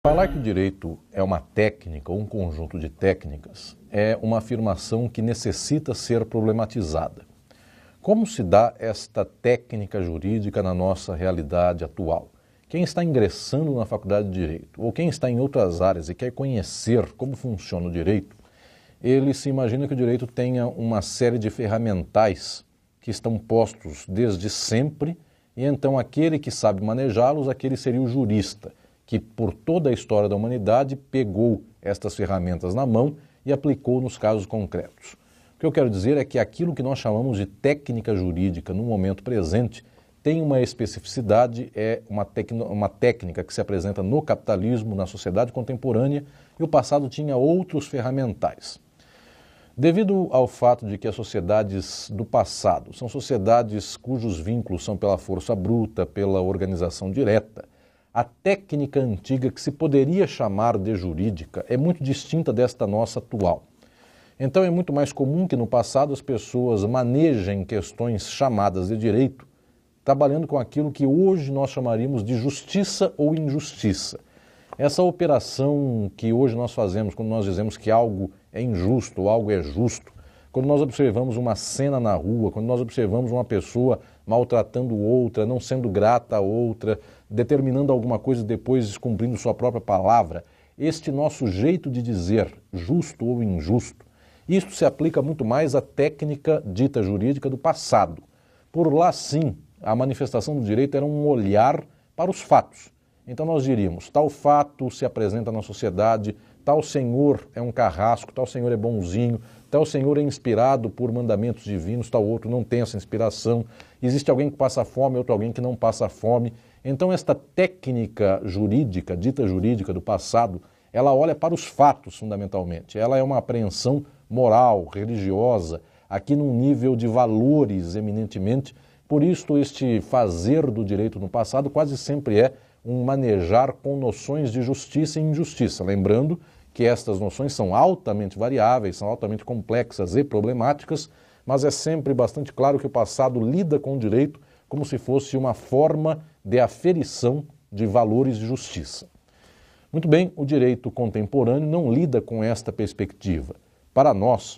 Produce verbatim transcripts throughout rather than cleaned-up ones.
Falar que o direito é uma técnica ou um conjunto de técnicas é uma afirmação que necessita ser problematizada. Como se dá esta técnica jurídica na nossa realidade atual? Quem está ingressando na faculdade de Direito ou quem está em outras áreas e quer conhecer como funciona o direito, ele se imagina que o direito tenha uma série de ferramentais que estão postos desde sempre e então aquele que sabe manejá-los, aquele seria o jurista, que por toda a história da humanidade pegou estas ferramentas na mão e aplicou nos casos concretos. O que eu quero dizer é que aquilo que nós chamamos de técnica jurídica no momento presente tem uma especificidade, é uma, uma técnica que se apresenta no capitalismo, na sociedade contemporânea, e o passado tinha outros ferramentais. Devido ao fato de que as sociedades do passado são sociedades cujos vínculos são pela força bruta, pela organização direta, a técnica antiga que se poderia chamar de jurídica é muito distinta desta nossa atual. Então é muito mais comum que no passado as pessoas manejem questões chamadas de direito, trabalhando com aquilo que hoje nós chamaríamos de justiça ou injustiça. Essa operação que hoje nós fazemos quando nós dizemos que algo é injusto ou algo é justo, quando nós observamos uma cena na rua, quando nós observamos uma pessoa maltratando outra, não sendo grata a outra, determinando alguma coisa e depois descumprindo sua própria palavra, este nosso jeito de dizer justo ou injusto, isto se aplica muito mais à técnica dita jurídica do passado. Por lá sim, a manifestação do direito era um olhar para os fatos. Então nós diríamos, tal fato se apresenta na sociedade, tal senhor é um carrasco, tal senhor é bonzinho, tal senhor é inspirado por mandamentos divinos, tal outro não tem essa inspiração, existe alguém que passa fome, outro alguém que não passa fome. Então esta técnica jurídica, dita jurídica do passado, ela olha para os fatos fundamentalmente, ela é uma apreensão moral, religiosa, aqui num nível de valores eminentemente, por isso este fazer do direito no passado quase sempre é um manejar com noções de justiça e injustiça, lembrando que estas noções são altamente variáveis, são altamente complexas e problemáticas, mas é sempre bastante claro que o passado lida com o direito como se fosse uma forma de aferição de valores de justiça. Muito bem, o direito contemporâneo não lida com esta perspectiva. Para nós,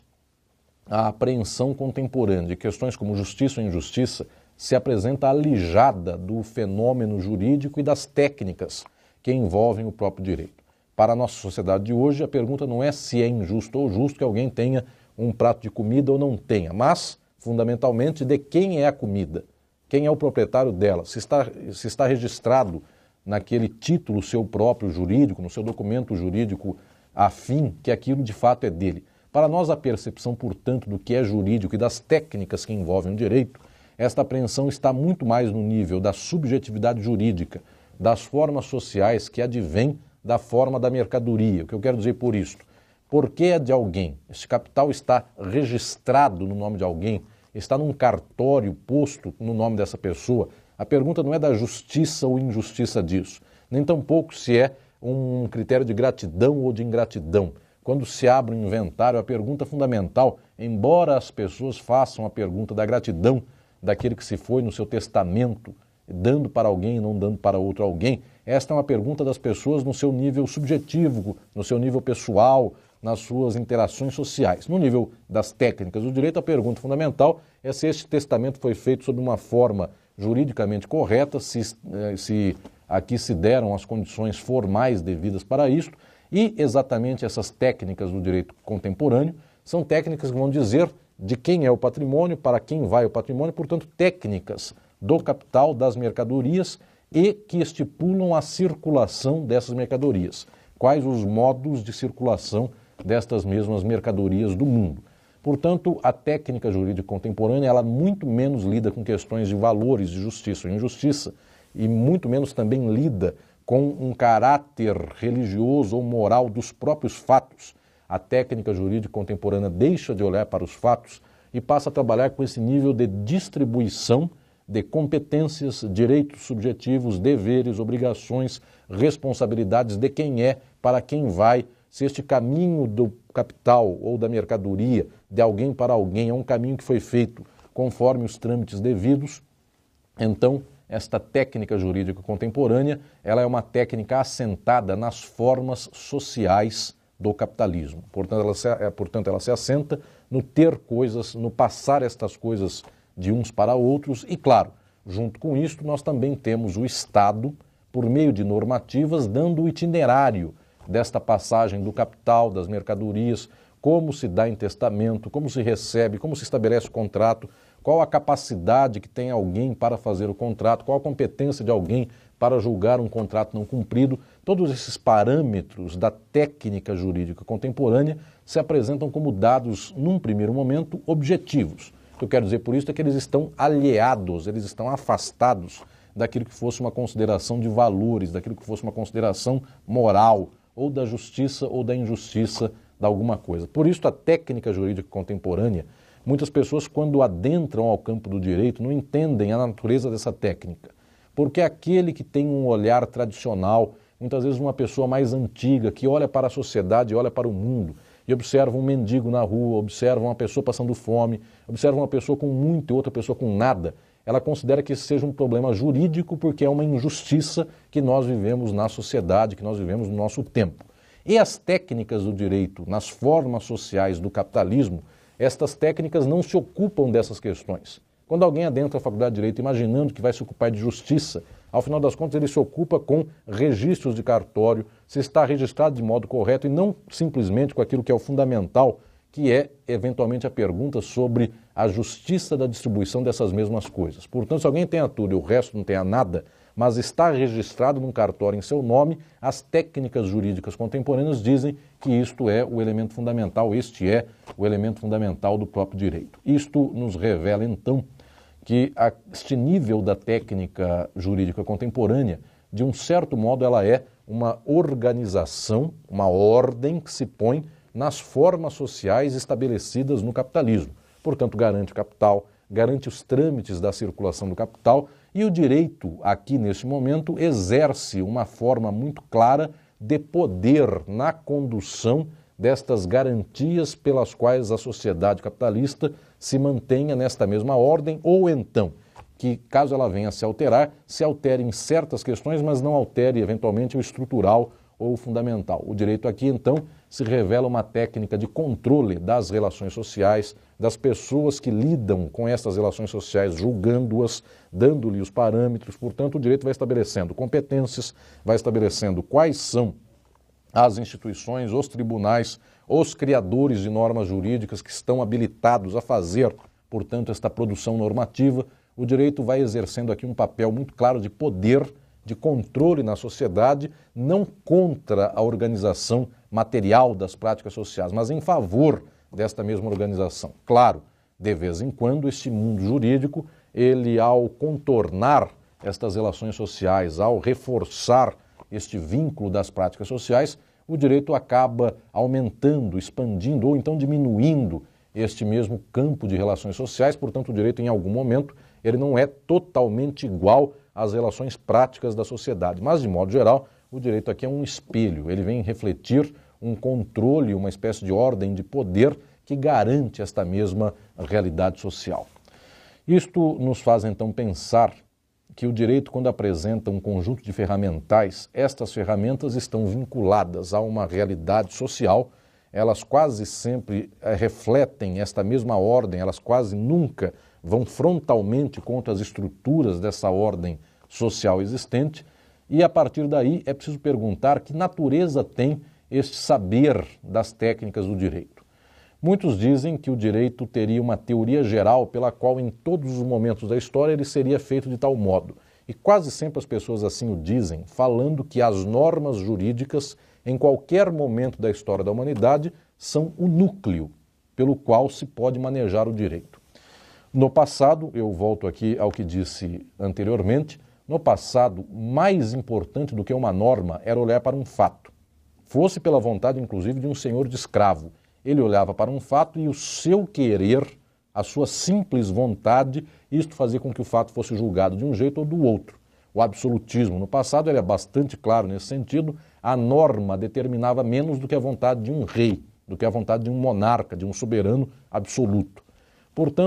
a apreensão contemporânea de questões como justiça ou injustiça se apresenta alijada do fenômeno jurídico e das técnicas que envolvem o próprio direito. Para a nossa sociedade de hoje, a pergunta não é se é injusto ou justo que alguém tenha um prato de comida ou não tenha, mas, fundamentalmente, de quem é a comida, quem é o proprietário dela, se está, se está registrado naquele título seu próprio jurídico, no seu documento jurídico afim, que aquilo de fato é dele. Para nós, a percepção, portanto, do que é jurídico e das técnicas que envolvem o direito, esta apreensão está muito mais no nível da subjetividade jurídica, das formas sociais que advêm da forma da mercadoria. O que eu quero dizer por isto? Porque é de alguém, esse capital está registrado no nome de alguém, está num cartório posto no nome dessa pessoa, a pergunta não é da justiça ou injustiça disso, nem tampouco se é um critério de gratidão ou de ingratidão. Quando se abre um inventário, a pergunta fundamental, embora as pessoas façam a pergunta da gratidão daquele que se foi no seu testamento, dando para alguém e não dando para outro alguém, esta é uma pergunta das pessoas no seu nível subjetivo, no seu nível pessoal, nas suas interações sociais. No nível das técnicas do direito, a pergunta fundamental é se este testamento foi feito sob uma forma juridicamente correta, se, se aqui se deram as condições formais devidas para isto, e exatamente essas técnicas do direito contemporâneo são técnicas que vão dizer de quem é o patrimônio, para quem vai o patrimônio, portanto, técnicas do capital, das mercadorias e que estipulam a circulação dessas mercadorias. Quais os modos de circulação destas mesmas mercadorias do mundo. Portanto, a técnica jurídica contemporânea, ela muito menos lida com questões de valores de justiça ou injustiça e muito menos também lida com um caráter religioso ou moral dos próprios fatos. A técnica jurídica contemporânea deixa de olhar para os fatos e passa a trabalhar com esse nível de distribuição de competências, direitos subjetivos, deveres, obrigações, responsabilidades de quem é, para quem vai, se este caminho do capital ou da mercadoria, de alguém para alguém, é um caminho que foi feito conforme os trâmites devidos, então esta técnica jurídica contemporânea, ela é uma técnica assentada nas formas sociais do capitalismo. Portanto ela, se, portanto, ela se assenta no ter coisas, no passar estas coisas de uns para outros e, claro, junto com isso, nós também temos o Estado, por meio de normativas, dando o itinerário desta passagem do capital, das mercadorias, como se dá em testamento, como se recebe, como se estabelece o contrato, qual a capacidade que tem alguém para fazer o contrato, qual a competência de alguém para julgar um contrato não cumprido. Todos esses parâmetros da técnica jurídica contemporânea se apresentam como dados, num primeiro momento, objetivos. O que eu quero dizer por isso é que eles estão alheados, eles estão afastados daquilo que fosse uma consideração de valores, daquilo que fosse uma consideração moral, ou da justiça ou da injustiça de alguma coisa. Por isso, a técnica jurídica contemporânea, muitas pessoas, quando adentram ao campo do direito, não entendem a natureza dessa técnica. Porque aquele que tem um olhar tradicional, muitas vezes uma pessoa mais antiga, que olha para a sociedade, olha para o mundo, e observa um mendigo na rua, observa uma pessoa passando fome, observa uma pessoa com muito e outra pessoa com nada, ela considera que esse seja um problema jurídico porque é uma injustiça que nós vivemos na sociedade, que nós vivemos no nosso tempo. E as técnicas do direito, nas formas sociais do capitalismo, estas técnicas não se ocupam dessas questões. Quando alguém adentra a faculdade de Direito imaginando que vai se ocupar de justiça, ao final das contas ele se ocupa com registros de cartório, se está registrado de modo correto e não simplesmente com aquilo que é o fundamental, que é, eventualmente, a pergunta sobre a justiça da distribuição dessas mesmas coisas. Portanto, se alguém tenha tudo e o resto não tenha nada, mas está registrado num cartório em seu nome, as técnicas jurídicas contemporâneas dizem que isto é o elemento fundamental, este é o elemento fundamental do próprio direito. Isto nos revela, então, que a, este nível da técnica jurídica contemporânea, de um certo modo, ela é uma organização, uma ordem que se põe nas formas sociais estabelecidas no capitalismo. Portanto, garante o capital, garante os trâmites da circulação do capital e o direito, aqui nesse momento, exerce uma forma muito clara de poder na condução destas garantias pelas quais a sociedade capitalista se mantenha nesta mesma ordem, ou então que, caso ela venha a se alterar, se altere em certas questões, mas não altere eventualmente o estrutural ou o fundamental. O direito aqui, então, se revela uma técnica de controle das relações sociais, das pessoas que lidam com essas relações sociais, julgando-as, dando-lhe os parâmetros. Portanto, o direito vai estabelecendo competências, vai estabelecendo quais são as instituições, os tribunais, os criadores de normas jurídicas que estão habilitados a fazer, portanto, esta produção normativa. O direito vai exercendo aqui um papel muito claro de poder, de controle na sociedade, não contra a organização material das práticas sociais, mas em favor desta mesma organização. Claro, de vez em quando, este mundo jurídico, ele, ao contornar estas relações sociais, ao reforçar este vínculo das práticas sociais, o direito acaba aumentando, expandindo ou então diminuindo este mesmo campo de relações sociais. Portanto, o direito, em algum momento, ele não é totalmente igual às relações práticas da sociedade. Mas, de modo geral, o direito aqui é um espelho. Ele vem refletir um controle, uma espécie de ordem de poder que garante esta mesma realidade social. Isto nos faz, então, pensar que o direito, quando apresenta um conjunto de ferramentais, estas ferramentas estão vinculadas a uma realidade social, elas quase sempre é, refletem esta mesma ordem, elas quase nunca vão frontalmente contra as estruturas dessa ordem social existente, e a partir daí é preciso perguntar que natureza tem este saber das técnicas do direito. Muitos dizem que o direito teria uma teoria geral pela qual em todos os momentos da história ele seria feito de tal modo. E quase sempre as pessoas assim o dizem, falando que as normas jurídicas, em qualquer momento da história da humanidade, são o núcleo pelo qual se pode manejar o direito. No passado, eu volto aqui ao que disse anteriormente, no passado, mais importante do que uma norma era olhar para um fato. Fosse pela vontade, inclusive, de um senhor de escravo. Ele olhava para um fato e o seu querer, a sua simples vontade, isto fazia com que o fato fosse julgado de um jeito ou do outro. O absolutismo no passado era bastante claro nesse sentido, a norma determinava menos do que a vontade de um rei, do que a vontade de um monarca, de um soberano absoluto. Portanto,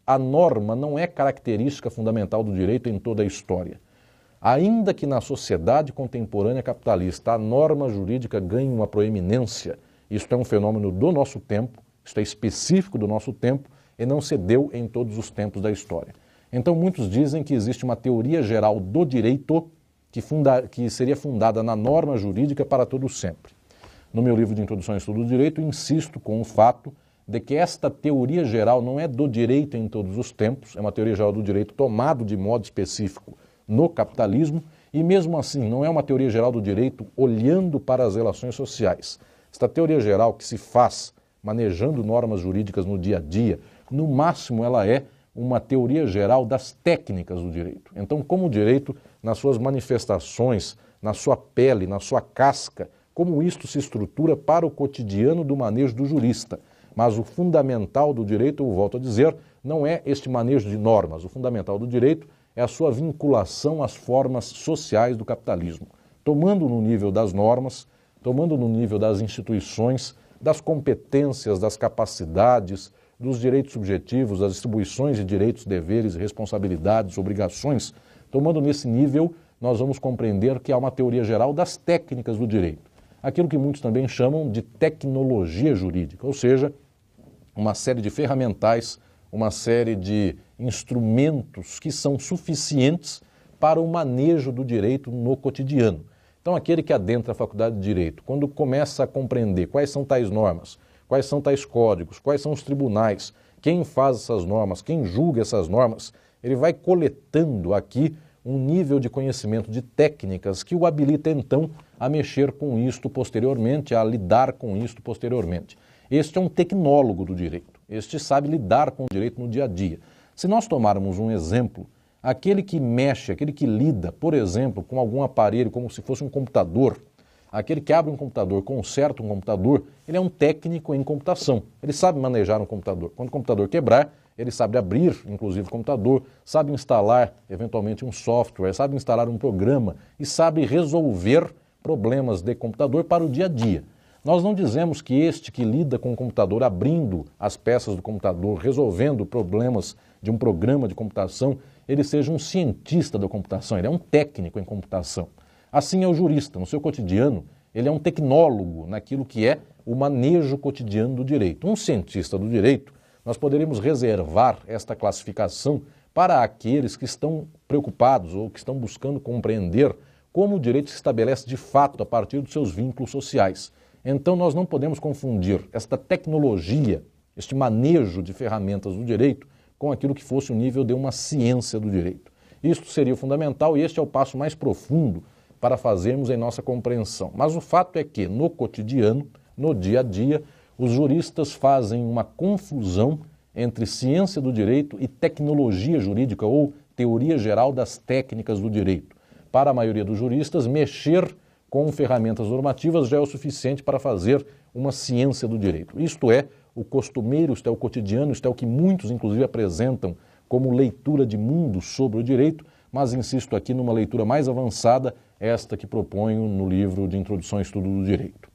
a norma não é característica fundamental do direito em toda a história. Ainda que na sociedade contemporânea capitalista a norma jurídica ganhe uma proeminência, isto é um fenômeno do nosso tempo, isto é específico do nosso tempo e não se deu em todos os tempos da história. Então muitos dizem que existe uma teoria geral do direito que, funda, que seria fundada na norma jurídica para todo sempre. No meu livro de Introdução ao Estudo do Direito, insisto com o fato de que esta teoria geral não é do direito em todos os tempos, é uma teoria geral do direito tomado de modo específico no capitalismo, e mesmo assim não é uma teoria geral do direito olhando para as relações sociais. Esta teoria geral que se faz manejando normas jurídicas no dia a dia, no máximo ela é uma teoria geral das técnicas do direito. Então, como o direito, nas suas manifestações, na sua pele, na sua casca, como isto se estrutura para o cotidiano do manejo do jurista. Mas o fundamental do direito, eu volto a dizer, não é este manejo de normas. O fundamental do direito é a sua vinculação às formas sociais do capitalismo, tomando no nível das normas, tomando no nível das instituições, das competências, das capacidades, dos direitos subjetivos, das distribuições de direitos, deveres, responsabilidades, obrigações. Tomando nesse nível, nós vamos compreender que há uma teoria geral das técnicas do direito. Aquilo que muitos também chamam de tecnologia jurídica, ou seja, uma série de ferramentais, uma série de instrumentos que são suficientes para o manejo do direito no cotidiano. Então, aquele que adentra a faculdade de Direito, quando começa a compreender quais são tais normas, quais são tais códigos, quais são os tribunais, quem faz essas normas, quem julga essas normas, ele vai coletando aqui um nível de conhecimento de técnicas que o habilita, então, a mexer com isto posteriormente, a lidar com isto posteriormente. Este é um tecnólogo do direito, este sabe lidar com o direito no dia a dia. Se nós tomarmos um exemplo, aquele que mexe, aquele que lida, por exemplo, com algum aparelho como se fosse um computador, aquele que abre um computador, conserta um computador, ele é um técnico em computação, ele sabe manejar um computador. Quando o computador quebrar, ele sabe abrir, inclusive, o computador, sabe instalar, eventualmente, um software, sabe instalar um programa e sabe resolver problemas de computador para o dia a dia. Nós não dizemos que este que lida com o computador, abrindo as peças do computador, resolvendo problemas de um programa de computação, ele seja um cientista da computação, ele é um técnico em computação. Assim é o jurista, no seu cotidiano, ele é um tecnólogo naquilo que é o manejo cotidiano do direito. Um cientista do direito, nós poderíamos reservar esta classificação para aqueles que estão preocupados ou que estão buscando compreender como o direito se estabelece de fato a partir dos seus vínculos sociais. Então nós não podemos confundir esta tecnologia, este manejo de ferramentas do direito, com aquilo que fosse o nível de uma ciência do direito. Isto seria o fundamental e este é o passo mais profundo para fazermos em nossa compreensão. Mas o fato é que, no cotidiano, no dia a dia, os juristas fazem uma confusão entre ciência do direito e tecnologia jurídica ou teoria geral das técnicas do direito. Para a maioria dos juristas, mexer com ferramentas normativas já é o suficiente para fazer uma ciência do direito. Isto é o costumeiro, isto é o cotidiano, isto é o que muitos, inclusive, apresentam como leitura de mundo sobre o direito, mas insisto aqui numa leitura mais avançada, esta que proponho no livro de Introdução ao Estudo do Direito.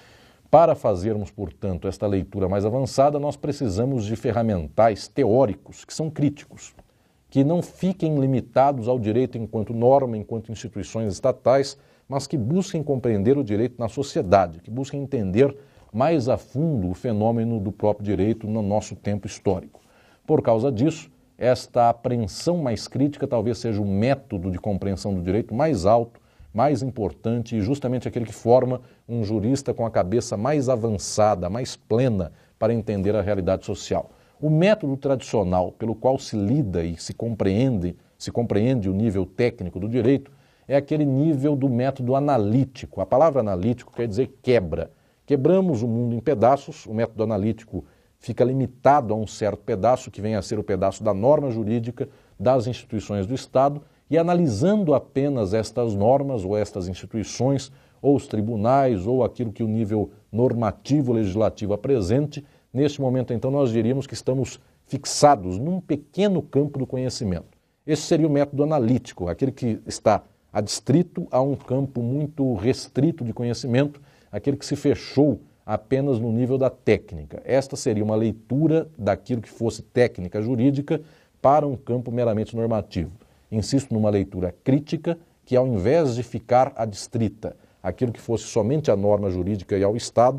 Para fazermos, portanto, esta leitura mais avançada, nós precisamos de ferramentais teóricos que são críticos, que não fiquem limitados ao direito enquanto norma, enquanto instituições estatais, mas que busquem compreender o direito na sociedade, que busquem entender mais a fundo o fenômeno do próprio direito no nosso tempo histórico. Por causa disso, esta apreensão mais crítica talvez seja o método de compreensão do direito mais alto, mais importante e justamente aquele que forma um jurista com a cabeça mais avançada, mais plena para entender a realidade social. O método tradicional pelo qual se lida e se compreende, se compreende o nível técnico do direito é aquele nível do método analítico. A palavra analítico quer dizer quebra. Quebramos o mundo em pedaços, o método analítico fica limitado a um certo pedaço, que vem a ser o pedaço da norma jurídica, das instituições do Estado, e analisando apenas estas normas ou estas instituições, ou os tribunais, ou aquilo que o nível normativo legislativo apresente, neste momento, então, nós diríamos que estamos fixados num pequeno campo do conhecimento. Esse seria o método analítico, aquele que está adstrito a um campo muito restrito de conhecimento, aquele que se fechou apenas no nível da técnica. Esta seria uma leitura daquilo que fosse técnica jurídica para um campo meramente normativo. Insisto numa leitura crítica que, ao invés de ficar adstrita àquilo que fosse somente a norma jurídica e ao Estado,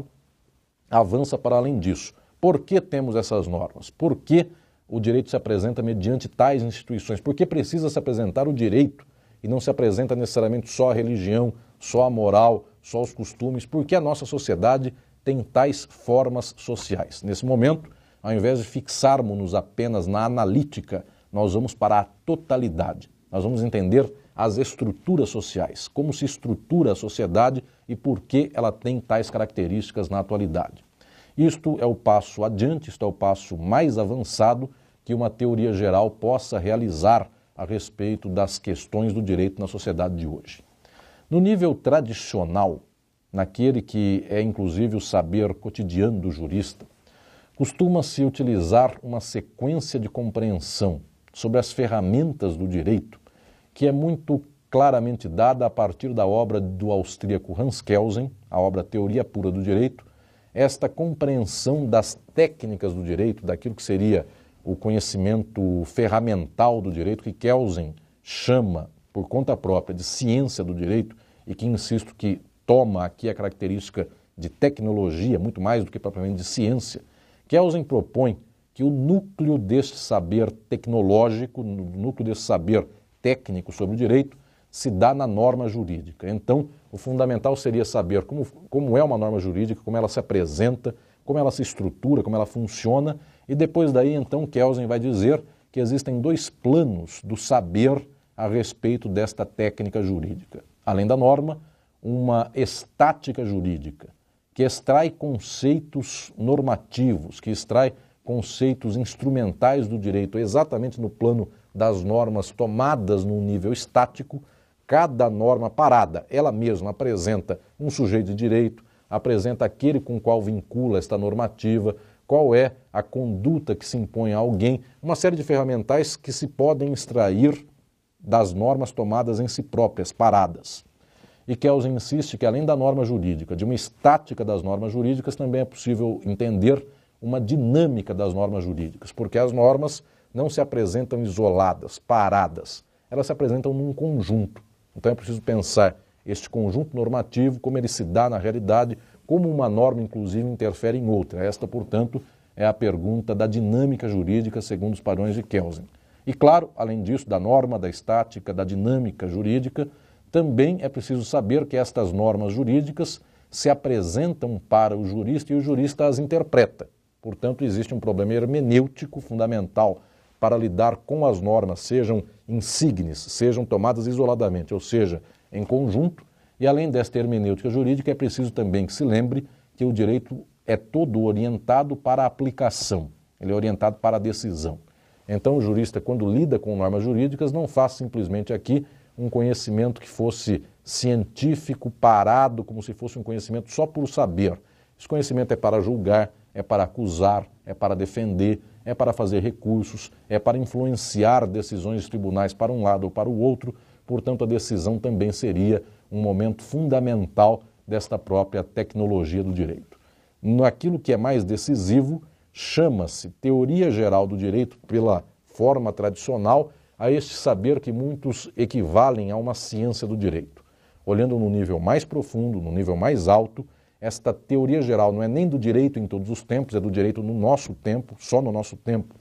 avança para além disso. Por que temos essas normas? Por que o direito se apresenta mediante tais instituições? Por que precisa se apresentar o direito e não se apresenta necessariamente só a religião, só a moral, só os costumes? Por que a nossa sociedade tem tais formas sociais? Nesse momento, ao invés de fixarmos-nos apenas na analítica, nós vamos para a totalidade. Nós vamos entender as estruturas sociais, como se estrutura a sociedade e por que ela tem tais características na atualidade. Isto é o passo adiante, isto é o passo mais avançado que uma teoria geral possa realizar a respeito das questões do direito na sociedade de hoje. No nível tradicional, naquele que é inclusive o saber cotidiano do jurista, costuma-se utilizar uma sequência de compreensão sobre as ferramentas do direito que é muito claramente dada a partir da obra do austríaco Hans Kelsen, a obra Teoria Pura do Direito. Esta compreensão das técnicas do direito, daquilo que seria o conhecimento ferramental do direito, que Kelsen chama, por conta própria, de ciência do direito, e que, insisto, que toma aqui a característica de tecnologia, muito mais do que propriamente de ciência. Kelsen propõe que o núcleo deste saber tecnológico, o núcleo desse saber técnico sobre o direito, se dá na norma jurídica. Então, o fundamental seria saber como, como é uma norma jurídica, como ela se apresenta, como ela se estrutura, como ela funciona, e depois daí, então, Kelsen vai dizer que existem dois planos do saber a respeito desta técnica jurídica. Além da norma, uma estática jurídica, que extrai conceitos normativos, que extrai conceitos instrumentais do direito exatamente no plano das normas tomadas num nível estático. Cada norma parada, ela mesma apresenta um sujeito de direito, apresenta aquele com o qual vincula esta normativa, qual é a conduta que se impõe a alguém, uma série de ferramentais que se podem extrair das normas tomadas em si próprias, paradas. E Kelsen insiste que, além da norma jurídica, de uma estática das normas jurídicas, também é possível entender uma dinâmica das normas jurídicas, porque as normas não se apresentam isoladas, paradas, elas se apresentam num conjunto. Então é preciso pensar este conjunto normativo, como ele se dá na realidade, como uma norma, inclusive, interfere em outra. Esta, portanto, é a pergunta da dinâmica jurídica segundo os padrões de Kelsen. E, claro, além disso, da norma, da estática, da dinâmica jurídica, também é preciso saber que estas normas jurídicas se apresentam para o jurista e o jurista as interpreta. Portanto, existe um problema hermenêutico fundamental para lidar com as normas, sejam insígnes, sejam tomadas isoladamente, ou seja, em conjunto. E além desta hermenêutica jurídica, é preciso também que se lembre que o direito é todo orientado para a aplicação, ele é orientado para a decisão. Então o jurista, quando lida com normas jurídicas, não faz simplesmente aqui um conhecimento que fosse científico, parado, como se fosse um conhecimento só por saber. Esse conhecimento é para julgar, é para acusar, é para defender, é para fazer recursos, é para influenciar decisões de tribunais para um lado ou para o outro. Portanto, a decisão também seria um momento fundamental desta própria tecnologia do direito. Naquilo que é mais decisivo, chama-se teoria geral do direito pela forma tradicional a este saber que muitos equivalem a uma ciência do direito. Olhando no nível mais profundo, no nível mais alto, esta teoria geral não é nem do direito em todos os tempos, é do direito no nosso tempo, só no nosso tempo.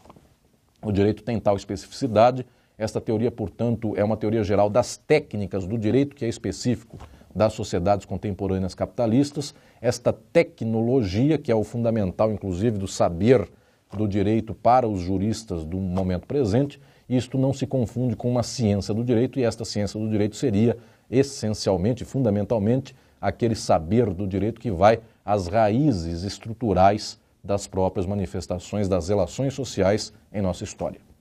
O direito tem tal especificidade. Esta teoria, portanto, é uma teoria geral das técnicas do direito, que é específico das sociedades contemporâneas capitalistas. Esta tecnologia, que é o fundamental, inclusive, do saber do direito para os juristas do momento presente, isto não se confunde com uma ciência do direito, e esta ciência do direito seria essencialmente, fundamentalmente, aquele saber do direito que vai às raízes estruturais das próprias manifestações das relações sociais em nossa história.